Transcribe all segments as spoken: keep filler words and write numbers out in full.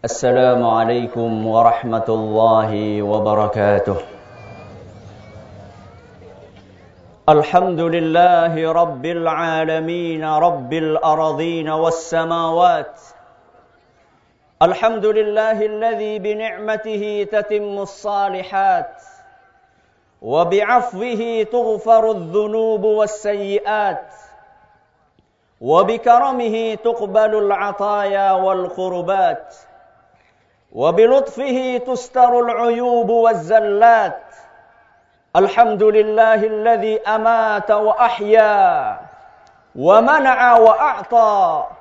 السلام عليكم ورحمة الله وبركاته. الحمد لله رب العالمين رب الأرضين والسماوات. الحمد لله الذي بنعمته تتم الصالحات وبعفوه تغفر الذنوب والسيئات وبكرمه تقبل العطايا والقربات وبلطفه تستر العيوب والزلات. الحمد لله الذي أمات وأحيا ومنع وأعطى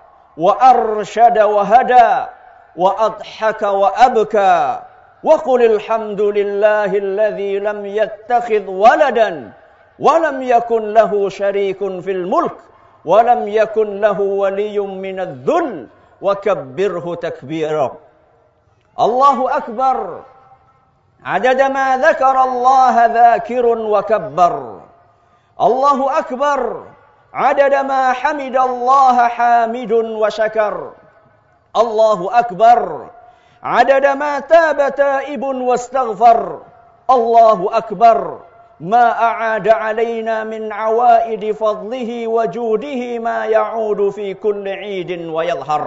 وأرشد وهدى وأضحك وأبكى. وقل الحمد لله الذي لم يتخذ ولدا ولم يكن له شريك في الملك ولم يكن له ولي من الذل وكبره تكبيرا. الله أكبر عدد ما ذكر الله ذاكر وكبر. الله أكبر عدد ما حمد الله حامد وشكر. الله أكبر عدد ما تاب تائب واستغفر. الله أكبر ما أعاد علينا من عوائد فضله وجوده ما يعود في كل عيد ويظهر.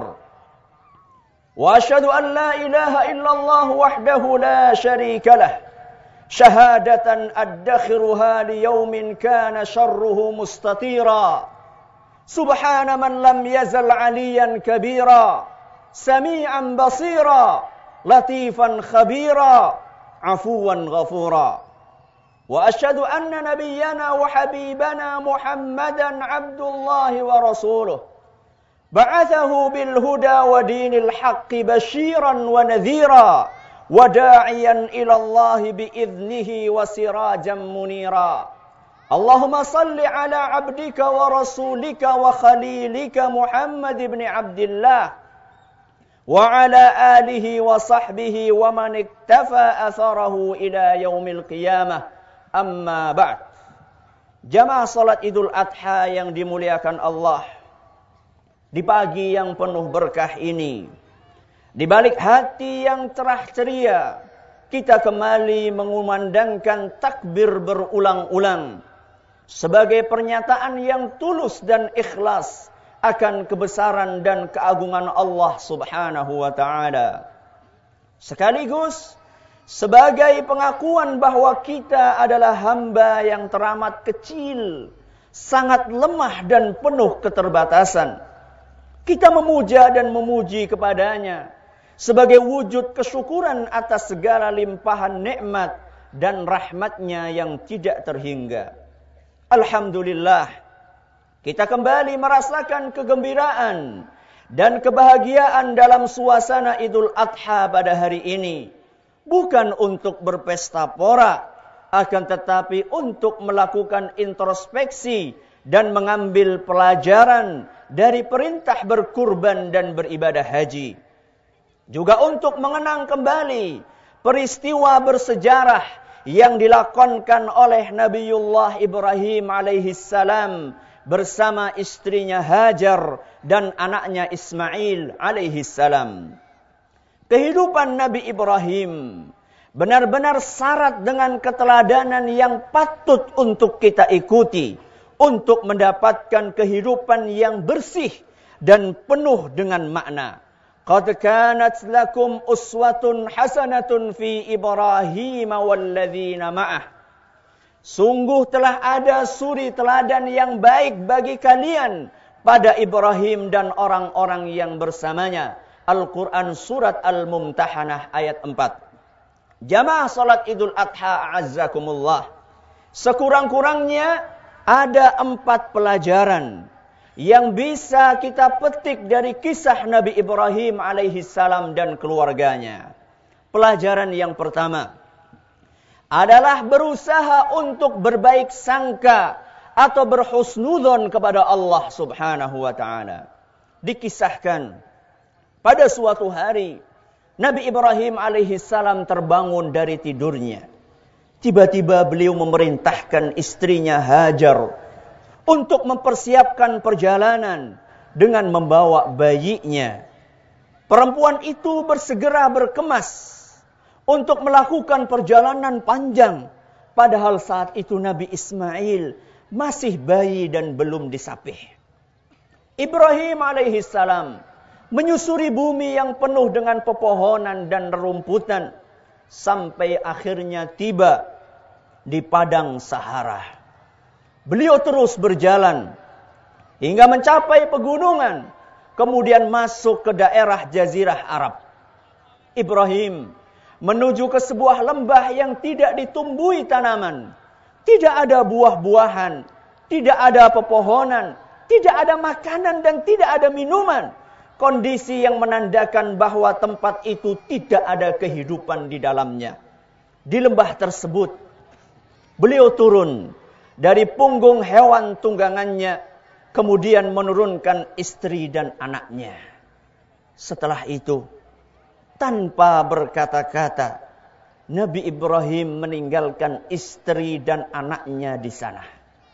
وأشهد أن لا إله إلا الله وحده لا شريك له شهادة أدخرها ليوم كان شره مستطيرا. سبحان من لم يزل عليا كبيرا سميعا بصيرا لطيفا خبيرا عفوا غفورا. وأشهد أن نبينا وحبيبنا محمدا عبد الله ورسوله بعثه بالهدى ودين الحق بشيرا ونذيرا وداعيا إلى الله بإذنه وسراجا منيرا. اللهم صل على عبدك ورسولك وخليلك محمد بن عبد الله وعلى آله وصحبه ومن اكتفى أثره إلى يوم القيامة. Amma ba'd. Jamaah salat Idul Adha yang dimuliakan Allah, di pagi yang penuh berkah ini, di balik hati yang cerah ceria, kita kembali mengumandangkan takbir berulang-ulang sebagai pernyataan yang tulus dan ikhlas akan kebesaran dan keagungan Allah Subhanahu wa ta'ala. Sekaligus sebagai pengakuan bahwa kita adalah hamba yang teramat kecil, sangat lemah dan penuh keterbatasan. Kita memuja dan memuji kepadanya sebagai wujud kesyukuran atas segala limpahan nikmat dan rahmatnya yang tidak terhingga. Alhamdulillah, kita kembali merasakan kegembiraan dan kebahagiaan dalam suasana Idul Adha pada hari ini. Bukan untuk berpesta pora, akan tetapi untuk melakukan introspeksi dan mengambil pelajaran dari perintah berkurban dan beribadah haji. Juga untuk mengenang kembali peristiwa bersejarah yang dilakonkan oleh Nabiullah Ibrahim alaihissalam bersama istrinya Hajar dan anaknya Ismail alaihissalam. Kehidupan Nabi Ibrahim benar-benar syarat dengan keteladanan yang patut untuk kita ikuti untuk mendapatkan kehidupan yang bersih dan penuh dengan makna. Qad kanat lakum uswatun hasanatun fi Ibrahim walladzina ma'ah. Sungguh telah ada suri teladan yang baik bagi kalian pada Ibrahim dan orang-orang yang bersamanya. Al-Quran Surat Al-Mumtahanah ayat empat. Jamaah salat Idul Adha a'azzakumullah, sekurang-kurangnya ada empat pelajaran yang bisa kita petik dari kisah Nabi Ibrahim alaihissalam dan keluarganya. Pelajaran yang pertama adalah berusaha untuk berbaik sangka atau berhusnudzon kepada Allah Subhanahu wa ta'ala. Dikisahkan pada suatu hari Nabi Ibrahim alaihissalam terbangun dari tidurnya. Tiba-tiba beliau memerintahkan istrinya Hajar untuk mempersiapkan perjalanan dengan membawa bayinya. Perempuan itu bersegera berkemas untuk melakukan perjalanan panjang. Padahal saat itu Nabi Ismail masih bayi dan belum disapih. Ibrahim alaihissalam menyusuri bumi yang penuh dengan pepohonan dan rerumputan sampai akhirnya tiba di padang Sahara. Beliau terus berjalan hingga mencapai pegunungan, kemudian masuk ke daerah Jazirah Arab. Ibrahim menuju ke sebuah lembah yang tidak ditumbuhi tanaman, tidak ada buah-buahan, tidak ada pepohonan, tidak ada makanan dan tidak ada minuman. Kondisi yang menandakan bahwa tempat itu tidak ada kehidupan di dalamnya. Di lembah tersebut, beliau turun dari punggung hewan tunggangannya, kemudian menurunkan istri dan anaknya. Setelah itu, tanpa berkata-kata, Nabi Ibrahim meninggalkan istri dan anaknya di sana.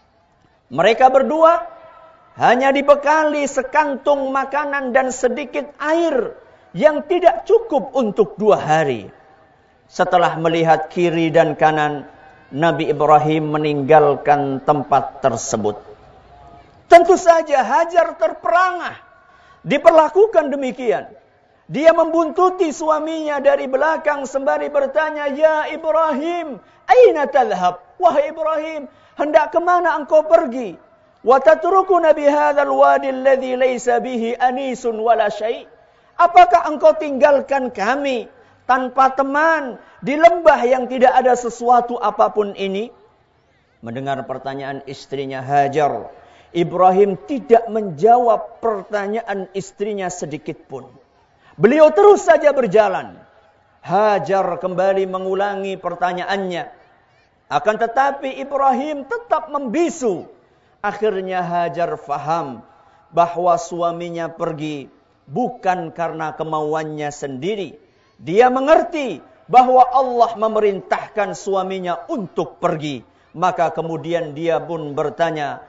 Mereka berdua hanya dibekali sekantung makanan dan sedikit air yang tidak cukup untuk dua hari. Setelah melihat kiri dan kanan, Nabi Ibrahim meninggalkan tempat tersebut. Tentu saja Hajar terperangah, diperlakukan demikian. Dia membuntuti suaminya dari belakang sembari bertanya, "Ya Ibrahim, aina tadhhab?" Wahai Ibrahim, hendak kemana engkau pergi? Wa tatrukuna bihadzal wadi alladhi laysa bihi anisun wala syai'? Apakah engkau tinggalkan kami tanpa teman di lembah yang tidak ada sesuatu apapun ini? Mendengar pertanyaan istrinya Hajar, Ibrahim tidak menjawab pertanyaan istrinya sedikit pun. Beliau terus saja berjalan. Hajar kembali mengulangi pertanyaannya. Akan tetapi Ibrahim tetap membisu. Akhirnya Hajar faham bahwa suaminya pergi bukan karena kemauannya sendiri. Dia mengerti bahwa Allah memerintahkan suaminya untuk pergi. Maka kemudian dia pun bertanya,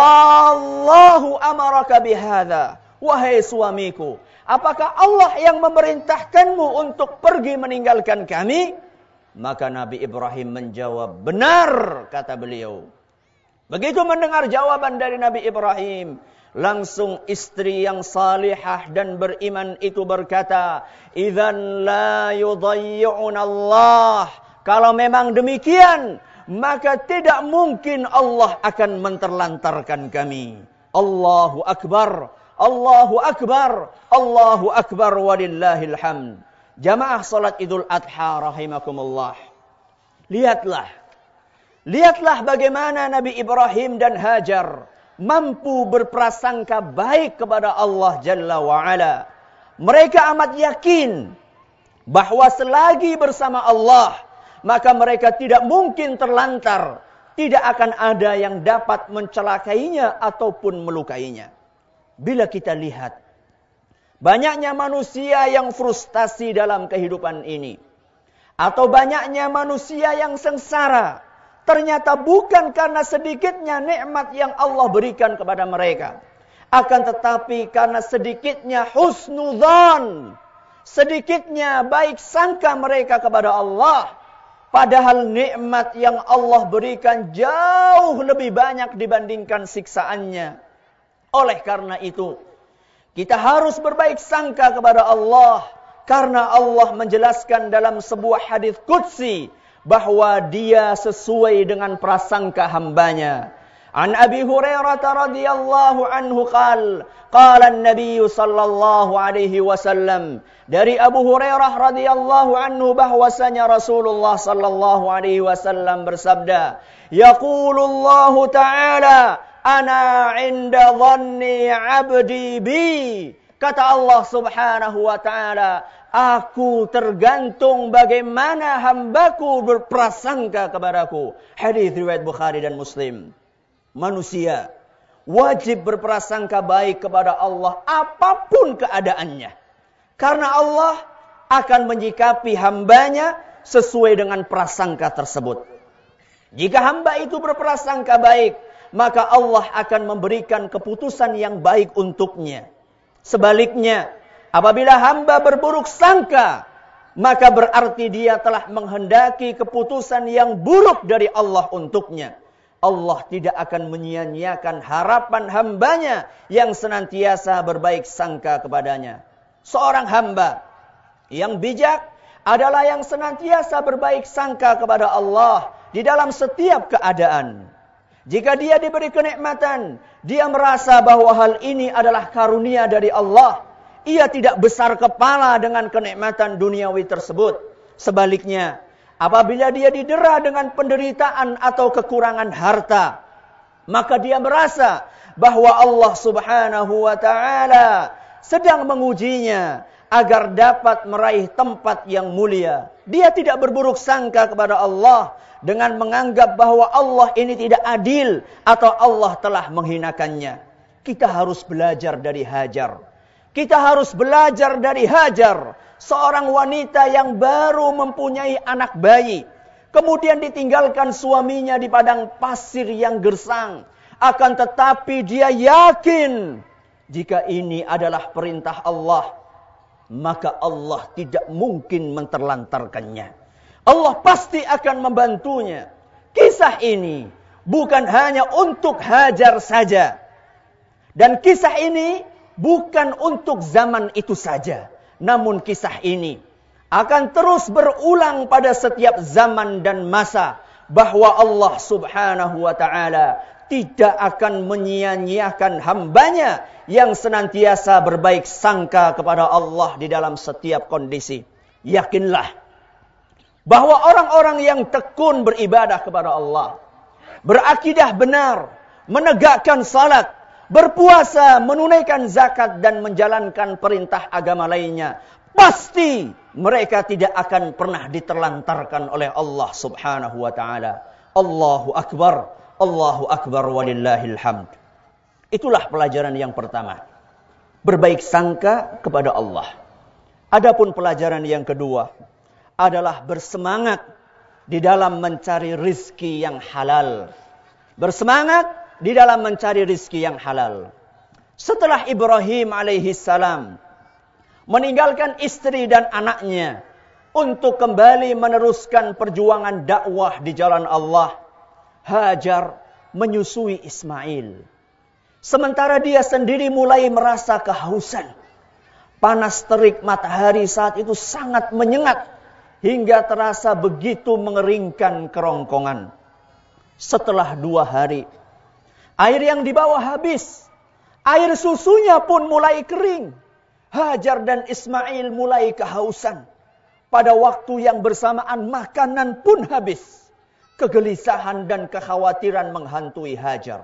"Allahu amaraka bihadza?" Wahai suamiku, apakah Allah yang memerintahkanmu untuk pergi meninggalkan kami? Maka Nabi Ibrahim menjawab, "Benar," kata beliau. Begitu mendengar jawaban dari Nabi Ibrahim, langsung istri yang salihah dan beriman itu berkata, "Idzan la yudayyi'una Allah." Kalau memang demikian, maka tidak mungkin Allah akan menterlantarkan kami. Allahu Akbar, Allahu Akbar, Allahu Akbar walillahil hamd. Jamaah salat Idul Adha rahimakumullah. Lihatlah. Lihatlah bagaimana Nabi Ibrahim dan Hajar mampu berprasangka baik kepada Allah Jalla wa'ala. Mereka amat yakin bahwa selagi bersama Allah, maka mereka tidak mungkin terlantar. Tidak akan ada yang dapat mencelakainya ataupun melukainya. Bila kita lihat banyaknya manusia yang frustasi dalam kehidupan ini, atau banyaknya manusia yang sengsara, ternyata bukan karena sedikitnya nikmat yang Allah berikan kepada mereka, akan tetapi karena sedikitnya husnudzan, sedikitnya baik sangka mereka kepada Allah. Padahal nikmat yang Allah berikan jauh lebih banyak dibandingkan siksaannya. Oleh karena itu, kita harus berbaik sangka kepada Allah, karena Allah menjelaskan dalam sebuah hadis qudsi bahwa dia sesuai dengan prasangka hambanya. An Abi Hurairah radhiyallahu anhu qala qala an-nabiy sallallahu alaihi wasallam, dari Abu Hurairah radhiyallahu anhu bahwasanya Rasulullah sallallahu alaihi wasallam bersabda, yaqulullahu ta'ala ana 'inda dhanni 'abdi bi. Kata Allah Subhanahu wa taala, aku tergantung bagaimana hambaku berprasangka kepadaku. Hadis riwayat Bukhari dan Muslim. Manusia wajib berprasangka baik kepada Allah apapun keadaannya. Karena Allah akan menyikapi hambanya sesuai dengan prasangka tersebut. Jika hamba itu berprasangka baik, maka Allah akan memberikan keputusan yang baik untuknya. Sebaliknya, Apabila hamba berburuk sangka, maka berarti dia telah menghendaki keputusan yang buruk dari Allah untuknya. Allah tidak akan menyia-nyiakan harapan hambanya yang senantiasa berbaik sangka kepadanya. Seorang hamba yang bijak adalah yang senantiasa berbaik sangka kepada Allah di dalam setiap keadaan. Jika dia diberi kenikmatan, dia merasa bahwa hal ini adalah karunia dari Allah. Ia tidak besar kepala dengan kenikmatan duniawi tersebut. Sebaliknya, apabila dia didera dengan penderitaan atau kekurangan harta, maka dia merasa bahwa Allah Subhanahu wa ta'ala sedang mengujinya agar dapat meraih tempat yang mulia. Dia tidak berburuk sangka kepada Allah dengan menganggap bahwa Allah ini tidak adil atau Allah telah menghinakannya. Kita harus belajar dari Hajar. Kita harus belajar dari Hajar, seorang wanita yang baru mempunyai anak bayi, kemudian ditinggalkan suaminya di padang pasir yang gersang. Akan tetapi dia yakin jika ini adalah perintah Allah, maka Allah tidak mungkin menterlantarkannya. Allah pasti akan membantunya. Kisah ini bukan hanya untuk Hajar saja. Dan kisah ini bukan untuk zaman itu saja. Namun kisah ini akan terus berulang pada setiap zaman dan masa. Bahwa Allah Subhanahu wa ta'ala tidak akan menyia-nyiakan hambanya yang senantiasa berbaik sangka kepada Allah di dalam setiap kondisi. Yakinlah bahwa orang-orang yang tekun beribadah kepada Allah, berakidah benar, menegakkan salat, berpuasa, menunaikan zakat dan menjalankan perintah agama lainnya, pasti mereka tidak akan pernah diterlantarkan oleh Allah Subhanahu wa ta'ala. Allahu Akbar, Allahu Akbar walillahil hamd. Itulah pelajaran yang pertama. Berbaik sangka kepada Allah. Adapun pelajaran yang kedua adalah bersemangat di dalam mencari rizki yang halal. Bersemangat di dalam mencari rizki yang halal. Setelah Ibrahim alaihi salam meninggalkan istri dan anaknya untuk kembali meneruskan perjuangan dakwah di jalan Allah, Hajar menyusui Ismail. Sementara dia sendiri mulai merasa kehausan. Panas terik matahari saat itu sangat menyengat hingga terasa begitu mengeringkan kerongkongan. Setelah dua hari, air yang dibawa habis. Air susunya pun mulai kering. Hajar dan Ismail mulai kehausan. Pada waktu yang bersamaan makanan pun habis. Kegelisahan dan kekhawatiran menghantui Hajar.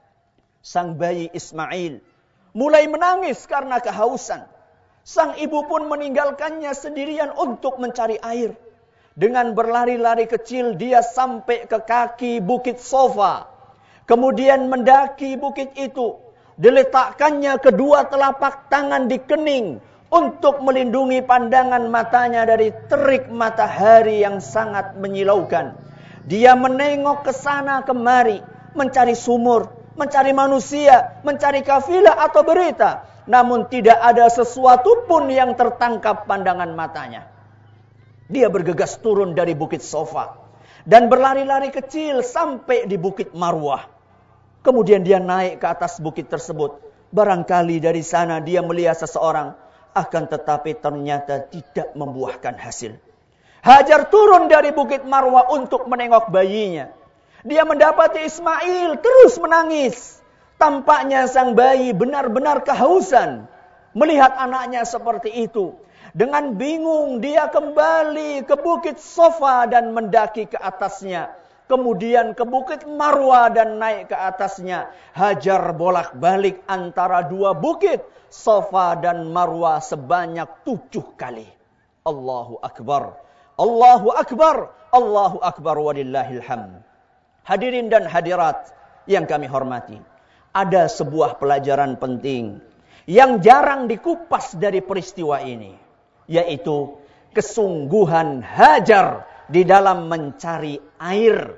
Sang bayi Ismail mulai menangis karena kehausan. Sang ibu pun meninggalkannya sendirian untuk mencari air. Dengan berlari-lari kecil dia sampai ke kaki bukit Sofa. Kemudian mendaki bukit itu. Diletakkannya kedua telapak tangan di kening untuk melindungi pandangan matanya dari terik matahari yang sangat menyilaukan. Dia menengok ke sana kemari, mencari sumur, mencari manusia, mencari kafilah atau berita. Namun tidak ada sesuatu pun yang tertangkap pandangan matanya. Dia bergegas turun dari bukit Sofa dan berlari-lari kecil sampai di bukit Marwah. Kemudian dia naik ke atas bukit tersebut. Barangkali dari sana dia melihat seseorang. Akan tetapi ternyata tidak membuahkan hasil. Hajar turun dari bukit Marwah untuk menengok bayinya. Dia mendapati Ismail terus menangis. Tampaknya sang bayi benar-benar kehausan. Melihat anaknya seperti itu. Dengan bingung dia kembali ke bukit Sofa dan mendaki ke atasnya. Kemudian ke bukit Marwah dan naik ke atasnya. Hajar bolak-balik antara dua bukit, Sofa dan Marwah sebanyak tujuh kali. Allahu Akbar. Allahu Akbar. Allahu Akbar walillahil hamd. Hadirin dan hadirat yang kami hormati. Ada sebuah pelajaran penting yang jarang dikupas dari peristiwa ini. Yaitu kesungguhan Hajar di dalam mencari air.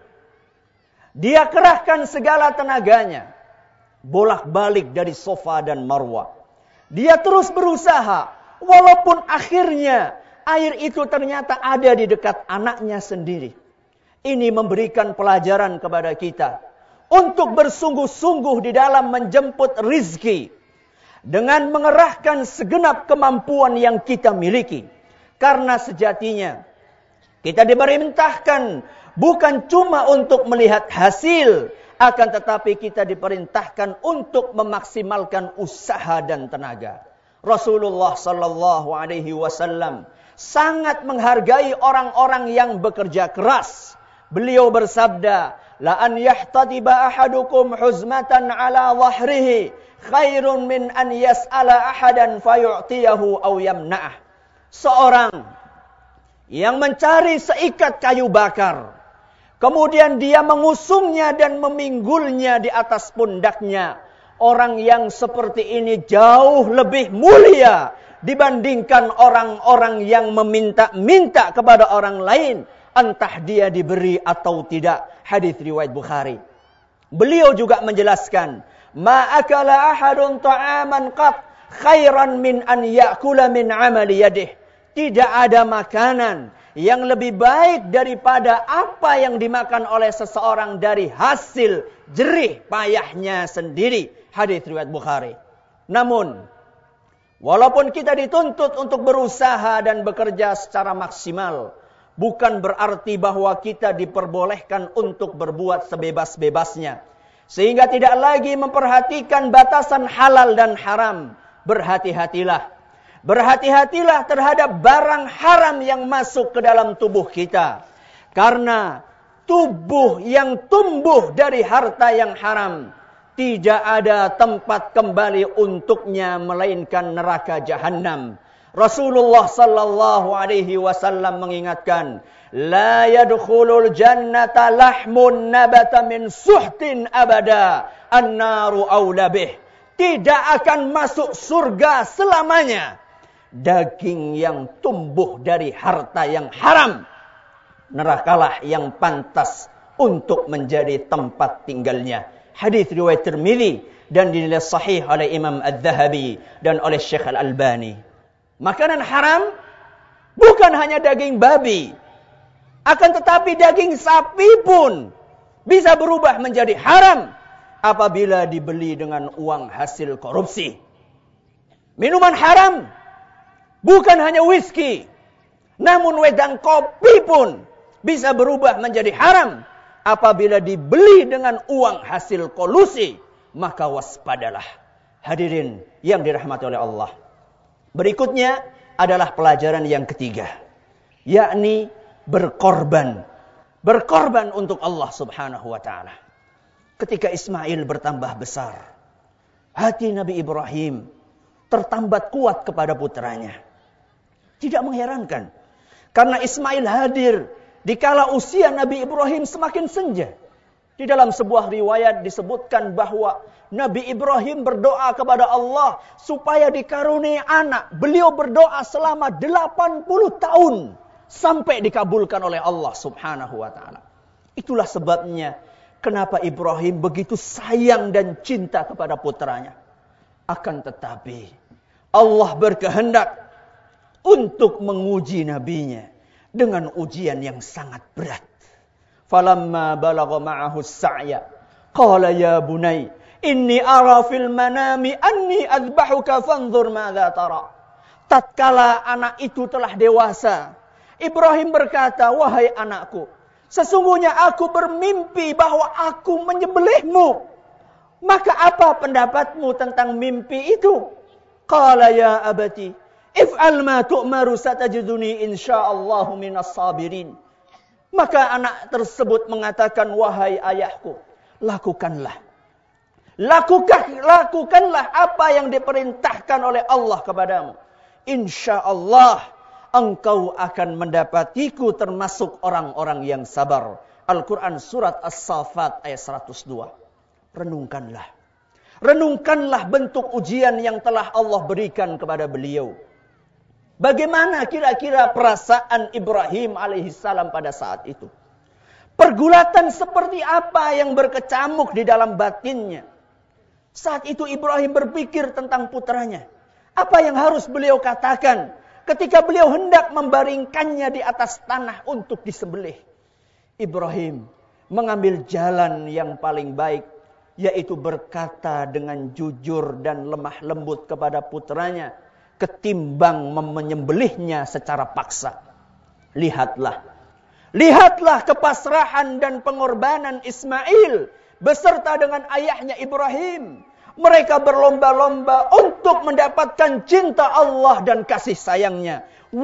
Dia kerahkan segala tenaganya. Bolak-balik dari Sofa dan Marwah. Dia terus berusaha Walaupun akhirnya air itu ternyata ada di dekat anaknya sendiri. Ini memberikan pelajaran kepada kita untuk bersungguh-sungguh di dalam menjemput rizki dengan mengerahkan segenap kemampuan yang kita miliki. Karena sejatinya kita diperintahkan bukan cuma untuk melihat hasil, akan tetapi kita diperintahkan untuk memaksimalkan usaha dan tenaga. Rasulullah sallallahu alaihi wasallam sangat menghargai orang-orang yang bekerja keras. Beliau bersabda, "La an yahtatiba ahadukum huzmatan ala dhahrihi khairun min an yas'ala ahadan fayu'tiyahu aw yamna'ah." Seorang yang mencari seikat kayu bakar, kemudian dia mengusungnya dan meminggulnya di atas pundaknya. Orang yang seperti ini jauh lebih mulia dibandingkan orang-orang yang meminta-minta kepada orang lain, entah dia diberi atau tidak. Hadis riwayat Bukhari. Beliau juga menjelaskan, "Ma akala ahadun ta'aman qat khairan min an ya'kula min 'amali yadihi." Tidak ada makanan yang lebih baik daripada apa yang dimakan oleh seseorang dari hasil jerih payahnya sendiri. Hadis riwayat Bukhari. Namun, walaupun kita dituntut untuk berusaha dan bekerja secara maksimal, bukan berarti bahwa kita diperbolehkan untuk berbuat sebebas-bebasnya. Sehingga tidak lagi memperhatikan batasan halal dan haram. Berhati-hatilah. Berhati-hatilah terhadap barang haram yang masuk ke dalam tubuh kita. Karena tubuh yang tumbuh dari harta yang haram, tidak ada tempat kembali untuknya melainkan neraka jahanam. Rasulullah sallallahu alaihi wasallam mengingatkan, "La yadkhulul jannata lahmun nabata min suhtin abada, an-naru aula bih." Tidak akan masuk surga selamanya daging yang tumbuh dari harta yang haram. Nerakalah yang pantas untuk menjadi tempat tinggalnya. Hadis riwayat Tirmidzi dan dinilai sahih oleh Imam Adz-Dzahabi dan oleh Syekh Al-Albani. Makanan haram bukan hanya daging babi, akan tetapi daging sapi pun bisa berubah menjadi haram apabila dibeli dengan uang hasil korupsi. Minuman haram bukan hanya whisky, namun wedang kopi pun bisa berubah menjadi haram apabila dibeli dengan uang hasil kolusi. Maka waspadalah. Hadirin yang dirahmati oleh Allah. Berikutnya adalah pelajaran yang ketiga, yakni berkorban. Berkorban untuk Allah subhanahu wa ta'ala. Ketika Ismail bertambah besar, hati Nabi Ibrahim tertambat kuat kepada putranya. Tidak mengherankan, karena Ismail hadir dikala usia Nabi Ibrahim semakin senja. Di dalam sebuah riwayat disebutkan bahwa Nabi Ibrahim berdoa kepada Allah supaya dikaruniai anak. Beliau berdoa selama delapan puluh tahun sampai dikabulkan oleh Allah subhanahu wa ta'ala. Itulah sebabnya kenapa Ibrahim begitu sayang dan cinta kepada putranya. Akan tetapi Allah berkehendak untuk menguji nabinya dengan ujian yang sangat berat. Falamma balagha ma'ahu as-sa'ya qala ya bunay inni ara fil manami anni adbahuka fanzur madza tara. Tatkala anak itu telah dewasa, Ibrahim berkata, "Wahai anakku, sesungguhnya aku bermimpi bahwa aku menyembelihmu. Maka apa pendapatmu tentang mimpi itu?" Qala ya abati if'al ma tu'maru satajiduni insyaallahu minas sabirin. Maka anak tersebut mengatakan, "Wahai ayahku, lakukanlah. Lakukan, lakukanlah apa yang diperintahkan oleh Allah kepadamu. Insyaallah engkau akan mendapatiku termasuk orang-orang yang sabar." Al-Quran surat As-Saffat ayat seratus dua. Renungkanlah. Renungkanlah bentuk ujian yang telah Allah berikan kepada beliau. Bagaimana kira-kira perasaan Ibrahim alaihissalam pada saat itu? Pergulatan seperti apa yang berkecamuk di dalam batinnya? Saat itu Ibrahim berpikir tentang putranya. Apa yang harus beliau katakan ketika beliau hendak membaringkannya di atas tanah untuk disembelih? Ibrahim mengambil jalan yang paling baik, yaitu berkata dengan jujur dan lemah lembut kepada putranya, ketimbang menyembelihnya secara paksa. Lihatlah, lihatlah kepasrahan dan pengorbanan Ismail beserta dengan ayahnya Ibrahim. Mereka berlomba-lomba untuk mendapatkan cinta Allah dan kasih sayangnya,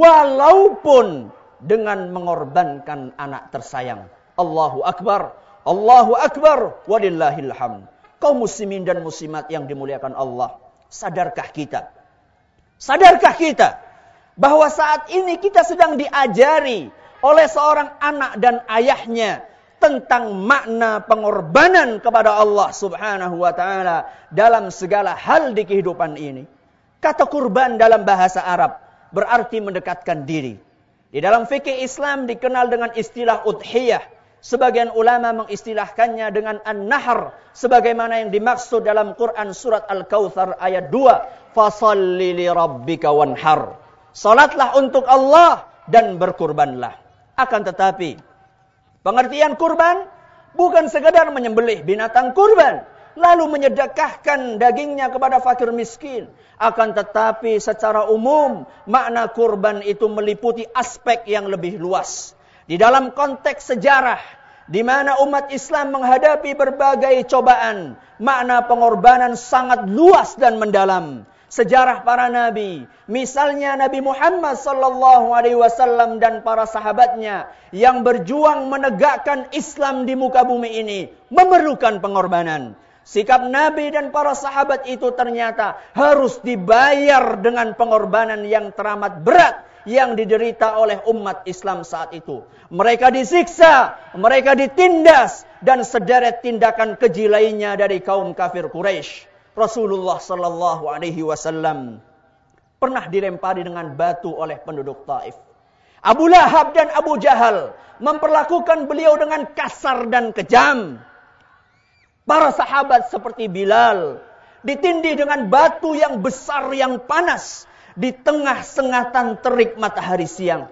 walaupun dengan mengorbankan anak tersayang. Allahu Akbar, Allahu Akbar, walillahil hamd. Kaum muslimin dan muslimat yang dimuliakan Allah, sadarkah kita? Sadarkah kita bahwa saat ini kita sedang diajari oleh seorang anak dan ayahnya tentang makna pengorbanan kepada Allah Subhanahu wa taala dalam segala hal di kehidupan ini. Kata kurban dalam bahasa Arab berarti mendekatkan diri. Di dalam fikih Islam dikenal dengan istilah udhiyah. Sebagian ulama mengistilahkannya dengan an-nahr, sebagaimana yang dimaksud dalam Quran surat Al-Kautsar ayat dua, fasalli li rabbika wanhar. Salatlah untuk Allah dan berkurbanlah. Akan tetapi pengertian kurban bukan sekadar menyembelih binatang kurban lalu menyedekahkan dagingnya kepada fakir miskin. Akan tetapi secara umum makna kurban itu meliputi aspek yang lebih luas. Di dalam konteks sejarah di mana umat Islam menghadapi berbagai cobaan, makna pengorbanan sangat luas dan mendalam. Sejarah para nabi, misalnya Nabi Muhammad sallallahu alaihi wasallam dan para sahabatnya yang berjuang menegakkan Islam di muka bumi ini memerlukan pengorbanan. Sikap Nabi dan para sahabat itu ternyata harus dibayar dengan pengorbanan yang teramat berat yang diderita oleh umat Islam saat itu. Mereka disiksa, mereka ditindas, dan sederet tindakan keji lainnya dari kaum kafir Quraisy. Rasulullah sallallahu alaihi wasallam pernah dilempari dengan batu oleh penduduk Taif. Abu Lahab dan Abu Jahal memperlakukan beliau dengan kasar dan kejam. Para sahabat seperti Bilal ditindih dengan batu yang besar yang panas di tengah sengatan terik matahari siang.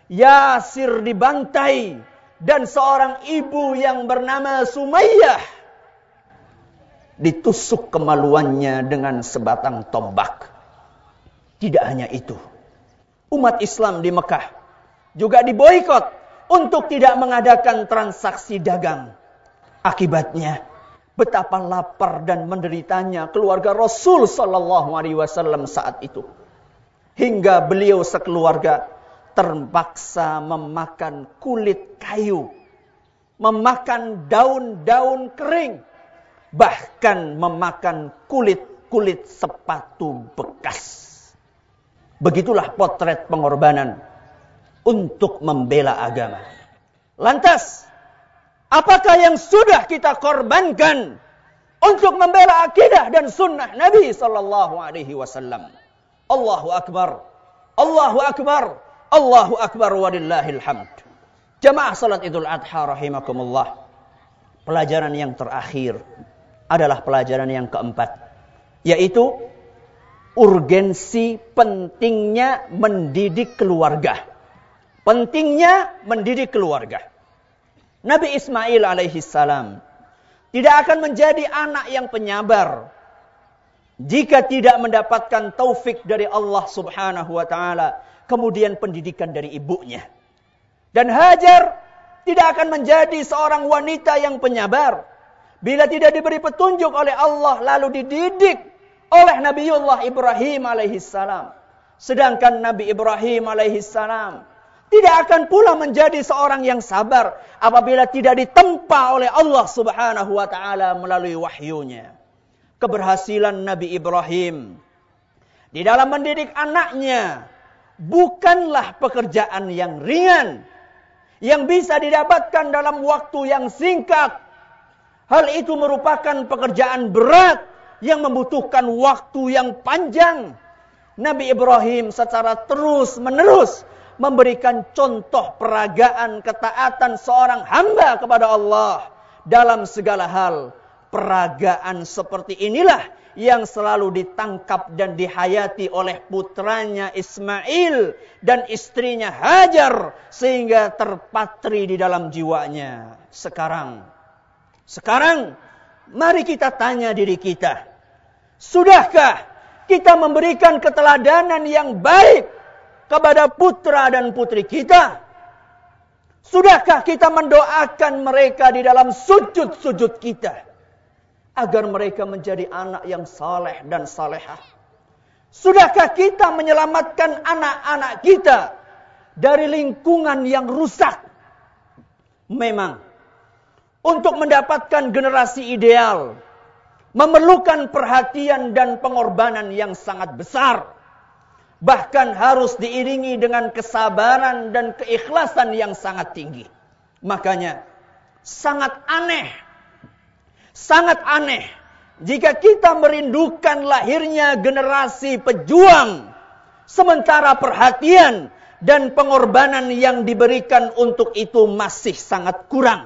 Yasir dibantai dan seorang ibu yang bernama Sumayyah ditusuk kemaluannya dengan sebatang tombak. Tidak hanya itu, umat Islam di Mekah juga diboikot untuk tidak mengadakan transaksi dagang. Akibatnya, betapa lapar dan menderitanya keluarga Rasul sallallahu alaihi wasallam saat itu. Hingga beliau sekeluarga terpaksa memakan kulit kayu, memakan daun-daun kering, bahkan memakan kulit-kulit sepatu bekas. Begitulah potret pengorbanan untuk membela agama. Lantas, apakah yang sudah kita korbankan untuk membela akidah dan sunnah Nabi sallallahu alaihi wasallam? Allahu Akbar, Allahu Akbar, Allahu Akbar, walillahil hamd. Jamaah salat Idul Adha rahimakumullah. Pelajaran yang terakhir adalah pelajaran yang keempat, yaitu urgensi pentingnya mendidik keluarga. Pentingnya mendidik keluarga. Nabi Ismail alaihi salam tidak akan menjadi anak yang penyabar jika tidak mendapatkan taufik dari Allah Subhanahu wa taala, kemudian pendidikan dari ibunya. Dan Hajar tidak akan menjadi seorang wanita yang penyabar bila tidak diberi petunjuk oleh Allah lalu dididik oleh Nabiullah Ibrahim alaihi salam. Sedangkan Nabi Ibrahim alaihi salam tidak akan pula menjadi seorang yang sabar apabila tidak ditempa oleh Allah Subhanahu wa taala melalui wahyunya. Keberhasilan Nabi Ibrahim di dalam mendidik anaknya bukanlah pekerjaan yang ringan yang bisa didapatkan dalam waktu yang singkat. Hal itu merupakan pekerjaan berat yang membutuhkan waktu yang panjang. Nabi Ibrahim secara terus-menerus memberikan contoh peragaan ketaatan seorang hamba kepada Allah dalam segala hal. Peragaan seperti inilah yang selalu ditangkap dan dihayati oleh putranya Ismail dan istrinya Hajar sehingga terpatri di dalam jiwanya. Sekarang, sekarang mari kita tanya diri kita, sudahkah kita memberikan keteladanan yang baik kepada putra dan putri kita? Sudahkah kita mendoakan mereka di dalam sujud-sujud kita agar mereka menjadi anak yang saleh dan salehah? Sudahkah kita menyelamatkan anak-anak kita dari lingkungan yang rusak? Memang, untuk mendapatkan generasi ideal, memerlukan perhatian dan pengorbanan yang sangat besar. Bahkan harus diiringi dengan kesabaran dan keikhlasan yang sangat tinggi. Makanya, sangat aneh, sangat aneh jika kita merindukan lahirnya generasi pejuang, sementara perhatian dan pengorbanan yang diberikan untuk itu masih sangat kurang.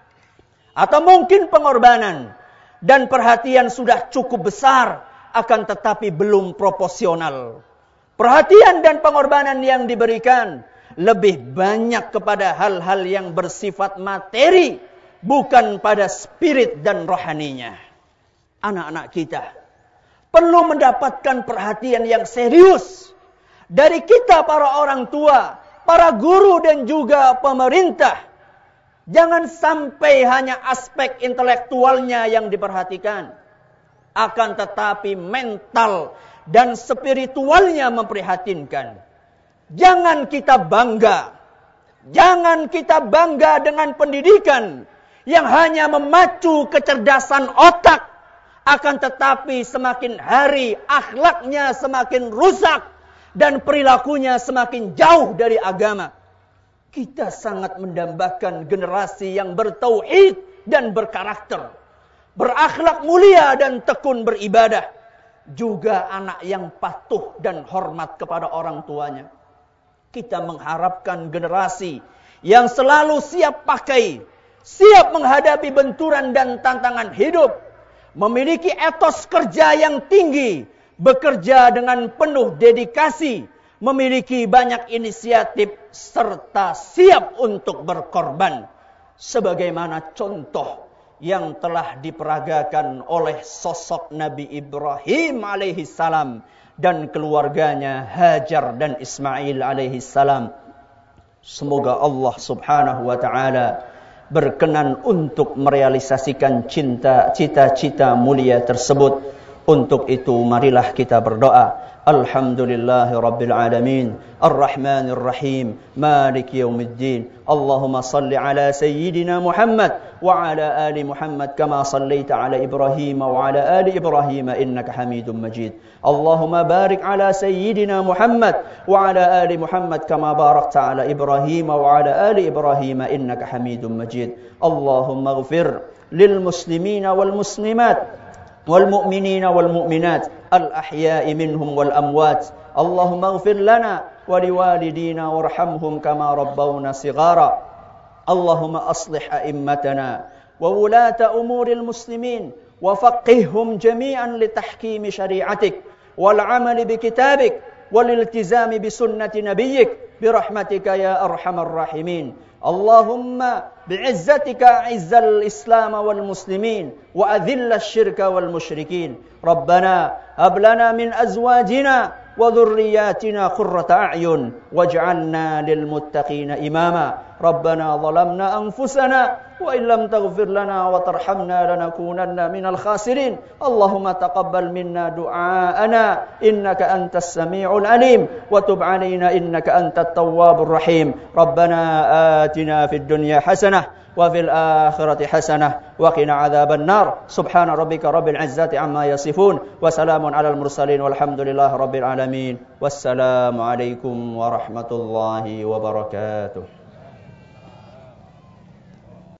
Atau mungkin pengorbanan dan perhatian sudah cukup besar, akan tetapi belum proporsional. Perhatian dan pengorbanan yang diberikan lebih banyak kepada hal-hal yang bersifat materi, bukan pada spirit dan rohaninya. Anak-anak kita perlu mendapatkan perhatian yang serius dari kita para orang tua, para guru dan juga pemerintah. Jangan sampai hanya aspek intelektualnya yang diperhatikan, akan tetapi mental dan spiritualnya memprihatinkan. Jangan kita bangga, jangan kita bangga dengan pendidikan yang hanya memacu kecerdasan otak, akan tetapi semakin hari akhlaknya semakin rusak dan perilakunya semakin jauh dari agama. Kita sangat mendambakan generasi yang bertauhid dan berkarakter, berakhlak mulia dan tekun beribadah, juga anak yang patuh dan hormat kepada orang tuanya. Kita mengharapkan generasi yang selalu siap pakai, siap menghadapi benturan dan tantangan hidup, memiliki etos kerja yang tinggi, bekerja dengan penuh dedikasi, memiliki banyak inisiatif, serta siap untuk berkorban. Sebagaimana contoh yang telah diperagakan oleh sosok Nabi Ibrahim alaihi salam dan keluarganya Hajar dan Ismail alaihi salam. Semoga Allah subhanahu wa ta'ala berkenan untuk merealisasikan cinta, cita-cita mulia tersebut. Untuk itu marilah kita berdoa. Alhamdulillahi Rabbil Alamin, Ar-Rahmanir Rahim, Maliki Yawmiddin. Allahumma salli ala Sayyidina Muhammad wa ala ali Muhammad kama sallaita ala Ibrahim wa ala ali Ibrahim innaka Hamidum Majid. Allahumma barik ala Sayyidina Muhammad wa ala ali Muhammad kama barakta ala Ibrahim wa ala ali Ibrahim innaka Hamidum Majid. Allahumma ighfir lil muslimina wal muslimat والمؤمنين والمؤمنات الأحياء منهم والأموات. اللهم اغفر لنا ولوالدينا وارحمهم كما ربونا صغارا. اللهم أصلح أئمتنا وولاة أمور المسلمين وفقههم جميعا لتحكيم شريعتك والعمل بكتابك والالتزام بسنة نبيك برحمتك يا أرحم الراحمين. اللهم بعزتك أعز الإسلام والمسلمين وأذل الشرك والمشركين. ربنا هب لنا من أزواجنا وذرياتنا قرة أعين واجعلنا للمتقين إماما. ربنا ظلمنا أنفسنا وإن لم تغفر لنا وترحمنا لنكونن من الخاسرين. اللهم تقبل منا دعاءنا إنك أنت السميع العليم وتب علينا إنك أنت التواب الرحيم. ربنا آتنا في الدنيا حسنة وفي الآخرة حسنة وقنا عذاب النار. سبحان ربك رب العزة عما يصفون وسلام على المرسلين والحمد لله رب العالمين. والسلام عليكم ورحمة الله وبركاته.